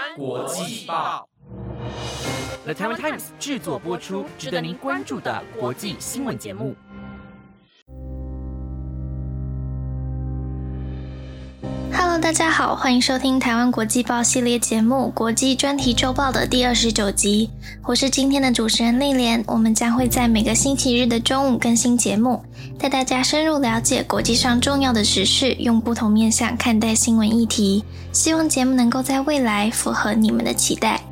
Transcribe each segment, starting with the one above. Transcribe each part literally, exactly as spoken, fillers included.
国际报 The Taiwan Times 制作播出，值得您关注的国际新闻节目。 Hello， 大家好，欢迎收听台湾国际报系列节目《国际专题周报》的第二十九集。我是今天的主持人丽莲，我们将会在每个星期日的中午更新节目，带大家深入了解国际上重要的时事，用不同面向看待新闻议题。希望节目能够在未来符合你们的期待。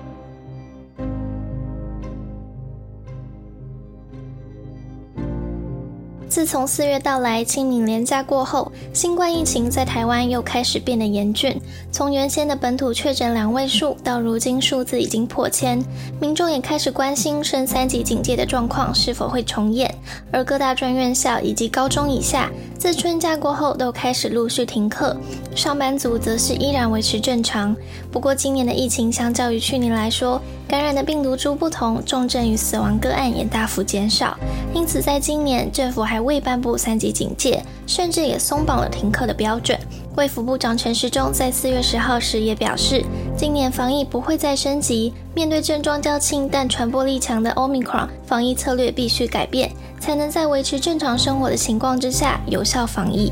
自从四月到来，清明连假过后，新冠疫情在台湾又开始变得严峻。从原先的本土确诊两位数，到如今数字已经破千，民众也开始关心升三级警戒的状况是否会重演。而各大专院校以及高中以下，自春假过后都开始陆续停课，上班族则是依然维持正常。不过今年的疫情相较于去年来说，感染的病毒株不同，重症与死亡个案也大幅减少，因此在今年政府还未颁布三级警戒，甚至也松绑了停课的标准。卫福部长陈时中在四月十号时也表示，今年防疫不会再升级，面对症状较轻但传播力强的 Omicron， 防疫策略必须改变，才能在维持正常生活的情况之下有效防疫。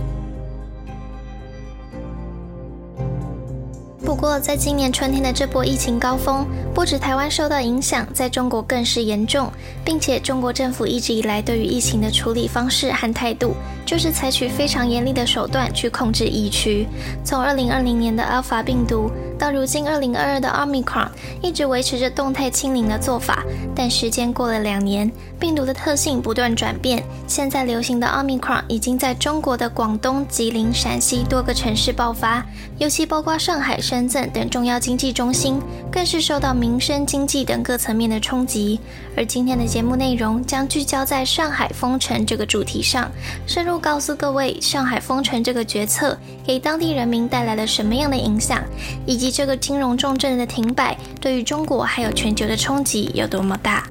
不过在今年春天的这波疫情高峰，不止台湾受到影响，在中国更是严重，并且中国政府一直以来对于疫情的处理方式和态度，就是采取非常严厉的手段去控制疫区。从二零二零年的 Alpha 病毒到如今二零二二的 Omicron， 一直维持着动态清零的做法，但时间过了两年，病毒的特性不断转变，现在流行的 Omicron 已经在中国的广东、吉林、陕西多个城市爆发，尤其包括上海、深圳等重要经济中心，更是受到民生、经济等各层面的冲击。而今天的节目内容将聚焦在上海封城这个主题上，深入告诉各位上海封城这个决策给当地人民带来了什么样的影响，以及这个金融重镇的停摆对于中国还有全球的冲击有多么大。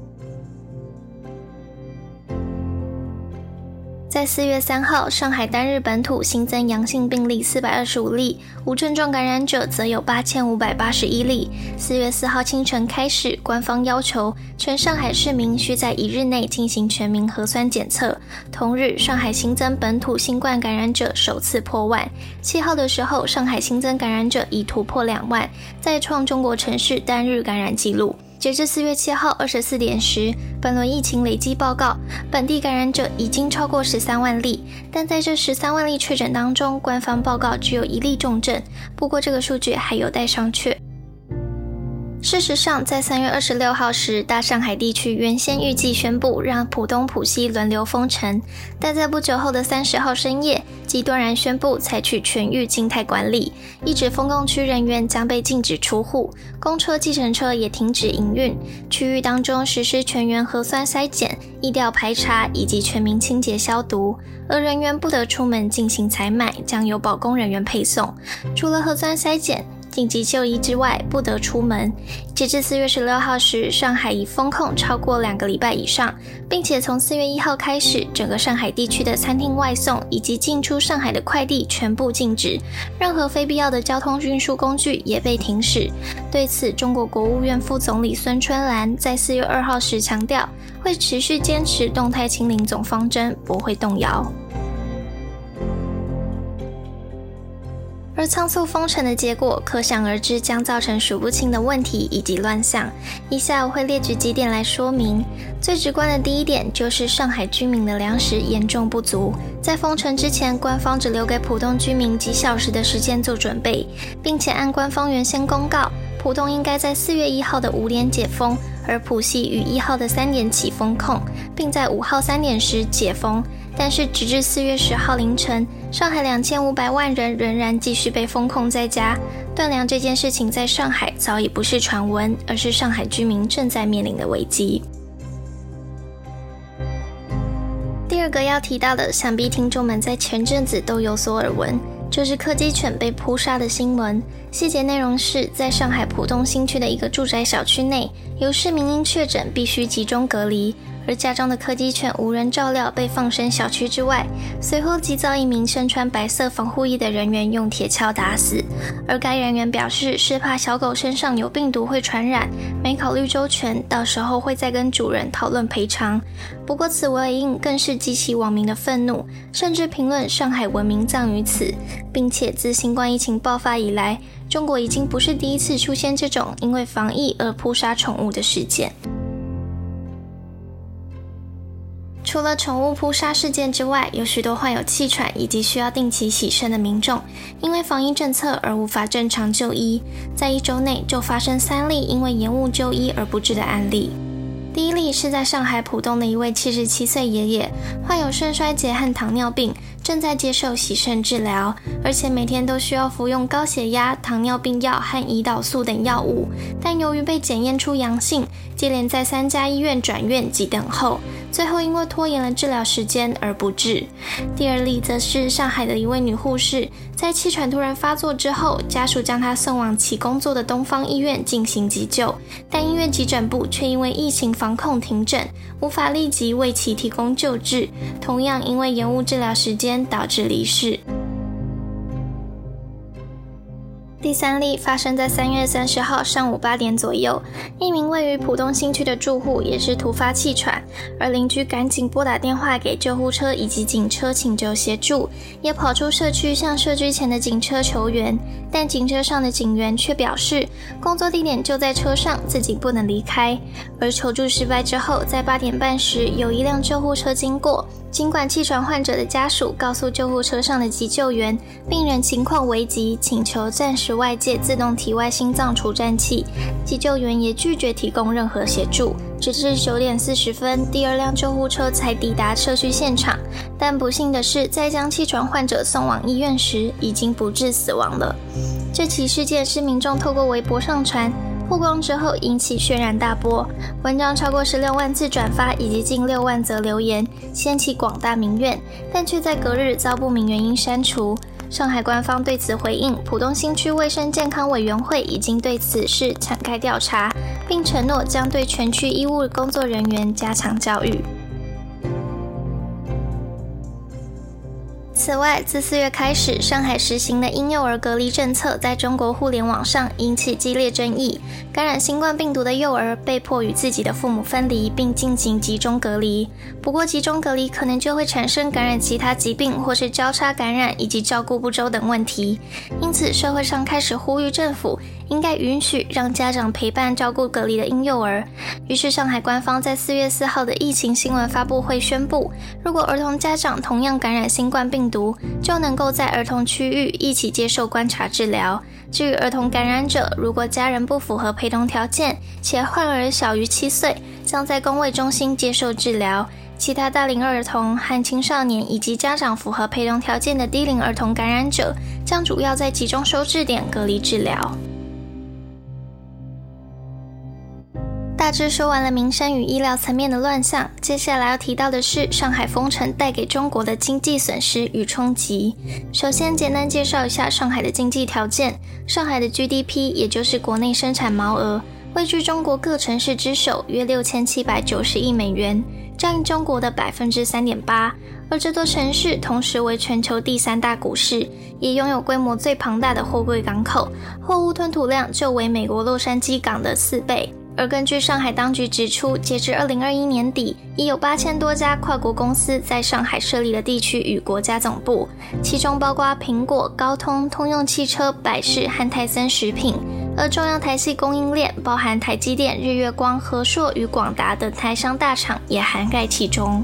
在四月三号，上海单日本土新增阳性病例四百二十五例，无症状感染者则有八千五百八十一例。四月四号清晨开始，官方要求全上海市民需在一日内进行全民核酸检测。同日，上海新增本土新冠感染者首次破万。七号的时候，上海新增感染者已突破两万，再创中国城市单日感染纪录。截至四月七号二十四点时，本轮疫情累计报告本地感染者已经超过十三万例，但在这十三万例确诊当中，官方报告只有一例重症，不过这个数据还有待商榷。事实上，在三月二十六号时，大上海地区原先预计宣布让浦东、浦西轮流封城，但在不久后的三十号深夜，即断然宣布采取全域静态管理，一指封控区人员将被禁止出户，公车、计程车也停止营运，区域当中实施全员核酸筛检、疫调排查以及全民清洁消毒，而人员不得出门进行采买，将由保供人员配送。除了核酸筛检、紧急就医之外，不得出门。截至四月十六号时，上海已封控超过两个礼拜以上，并且从四月一号开始，整个上海地区的餐厅外送以及进出上海的快递全部禁止，任何非必要的交通运输工具也被停驶。对此，中国国务院副总理孙春兰在四月二号时强调，会持续坚持动态清零总方针，不会动摇。而仓促封城的结果，可想而知将造成数不清的问题以及乱象。以下我会列举几点来说明。最直观的第一点就是上海居民的粮食严重不足。在封城之前，官方只留给浦东居民几小时的时间做准备，并且按官方原先公告，浦东应该在四月一号的五点解封，而浦西于一号的三点起封控，并在五号三点时解封。但是直至四月十号凌晨，上海两千五百万人仍然继续被封控在家。断粮这件事情在上海早已不是传闻，而是上海居民正在面临的危机。第二个要提到的，想必听众们在前阵子都有所耳闻，就是柯基犬被扑杀的新闻。细节内容是，在上海浦东新区的一个住宅小区内，有市民因确诊必须集中隔离， 而家中的柯基犬无人照料，被放生小区之外，随后即遭一名身穿白色防护衣的人员用铁锹打死。而该人员表示，是怕小狗身上有病毒会传染，没考虑周全，到时候会再跟主人讨论赔偿。不过此回应更是激起网民的愤怒，甚至评论上海文明葬于此，并且自新冠疫情爆发以来，中国已经不是第一次出现这种因为防疫而扑杀宠物的事件。除了宠物扑杀事件之外，有许多患有气喘以及需要定期洗肾的民众，因为防疫政策而无法正常就医，在一周内就发生三例因为延误就医而不治的案例。第一例是在上海浦东的一位七十七岁爷爷，患有肾衰竭和糖尿病，正在接受洗肾治疗，而且每天都需要服用高血压、糖尿病药和胰岛素等药物，但由于被检验出阳性，接连在三家医院转院及等候，最后因为拖延了治疗时间而不治。第二例则是上海的一位女护士，在气喘突然发作之后，家属将她送往其工作的东方医院进行急救，但医院急诊部却因为疫情防控停诊，无法立即为其提供救治，同样因为延误治疗时间导致离世。第三例发生在三月三十号上午八点左右，一名位于浦东新区的住户也是突发气喘，而邻居赶紧拨打电话给救护车以及警车请求协助，也跑出社区向社区前的警车求援，但警车上的警员却表示工作地点就在车上，自己不能离开。而求助失败之后，在八点半时有一辆救护车经过，尽管气喘患者的家属告诉救护车上的急救员病人情况危急，请求暂时外界自动体外心脏除颤器，急救员也拒绝提供任何协助。直至九点四十分，第二辆救护车才抵达社区现场，但不幸的是，在将气喘患者送往医院时，已经不治死亡了。这起事件是民众透过微博上传，曝光之后引起轩然大波，文章超过十六万次转发以及近六万则留言，掀起广大民怨，但却在隔日遭不明原因删除。上海官方对此回应，浦东新区卫生健康委员会已经对此事展开调查，并承诺将对全区医务工作人员加强教育。此外，自四月开始，上海实行的婴幼儿隔离政策在中国互联网上引起激烈争议。感染新冠病毒的幼儿被迫与自己的父母分离，并进行集中隔离。不过，集中隔离可能就会产生感染其他疾病或是交叉感染以及照顾不周等问题。因此，社会上开始呼吁政府应该允许让家长陪伴照顾隔离的婴幼儿。于是，上海官方在四月四号的疫情新闻发布会宣布，如果儿童家长同样感染新冠病毒，就能够在儿童区域一起接受观察治疗。至于儿童感染者，如果家人不符合陪同条件，且患儿小于七岁，将在公卫中心接受治疗。其他大龄儿童和青少年以及家长符合陪同条件的低龄儿童感染者，将主要在集中收治点隔离治疗。大致说完了民生与医疗层面的乱象，接下来要提到的是上海封城带给中国的经济损失与冲击。首先简单介绍一下上海的经济条件。上海的 G D P 也就是国内生产毛额位居中国各城市之首，约六千七百九十亿美元，占中国的 百分之三点八。 而这座城市同时为全球第三大股市，也拥有规模最庞大的货柜港口，货物吞吐量就为美国洛杉矶港的四倍。而根据上海当局指出，截至二零二一年底，已有八千多家跨国公司在上海设立了地区与国家总部，其中包括苹果、高通、通用汽车、百事和泰森食品。而中央台系供应链包含台积电、日月光、和硕与广达等台商大厂也涵盖其中。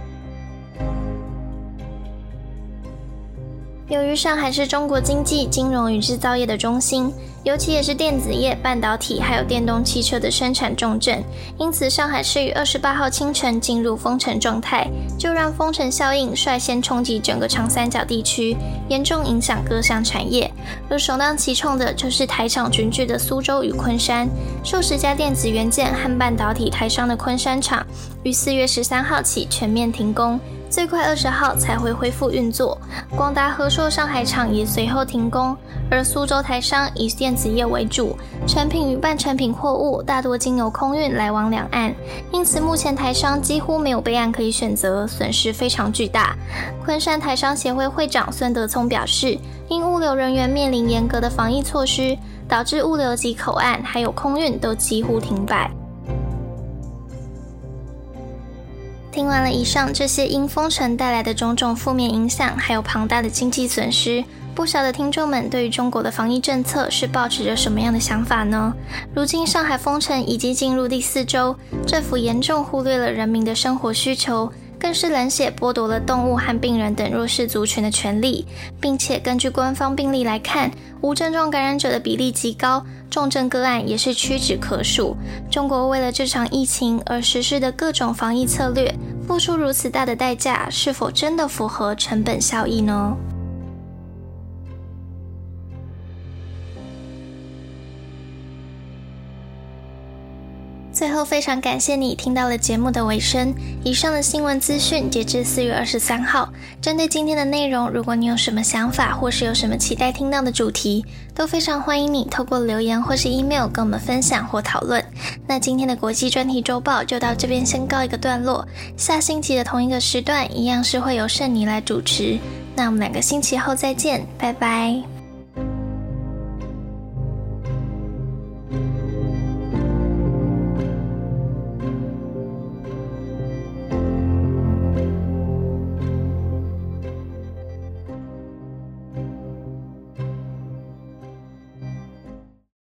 由于上海是中国经济、金融与制造业的中心，尤其也是电子业、半导体还有电动汽车的生产重镇，因此上海市于二十八号清晨进入封城状态，就让封城效应率先冲击整个长三角地区，严重影响各项产业。而首当其冲的就是台厂群聚的苏州与昆山，数十家电子元件和半导体台商的昆山厂于四月十三号起全面停工， 最快二十号才会恢复运作。广达和硕上海厂也随后停工，而苏州台商以电子业为主，成品与半成品货物大多经由空运来往两岸，因此目前台商几乎没有备案可以选择，损失非常巨大。昆山台商协会会长孙德聪表示，因物流人员面临严格的防疫措施，导致物流及口岸还有空运都几乎停摆。听完了以上这些因封城带来的种种负面影响，还有庞大的经济损失，不少的听众们对于中国的防疫政策是抱持着什么样的想法呢？如今上海封城已经进入第四周，政府严重忽略了人民的生活需求，更是冷血剥夺了动物和病人等弱势族群的权利，并且根据官方病例来看，无症状感染者的比例极高，重症个案也是屈指可数。中国为了这场疫情而实施的各种防疫策略，付出如此大的代价，是否真的符合成本效益呢？最后非常感谢你听到了节目的尾声，以上的新闻资讯截至四月二十三号。针对今天的内容，如果你有什么想法或是有什么期待听到的主题，都非常欢迎你透过留言或是 email 跟我们分享或讨论。那今天的国际专题周报就到这边先告一个段落，下星期的同一个时段一样是会由圣妮来主持。那我们两个星期后再见，拜拜。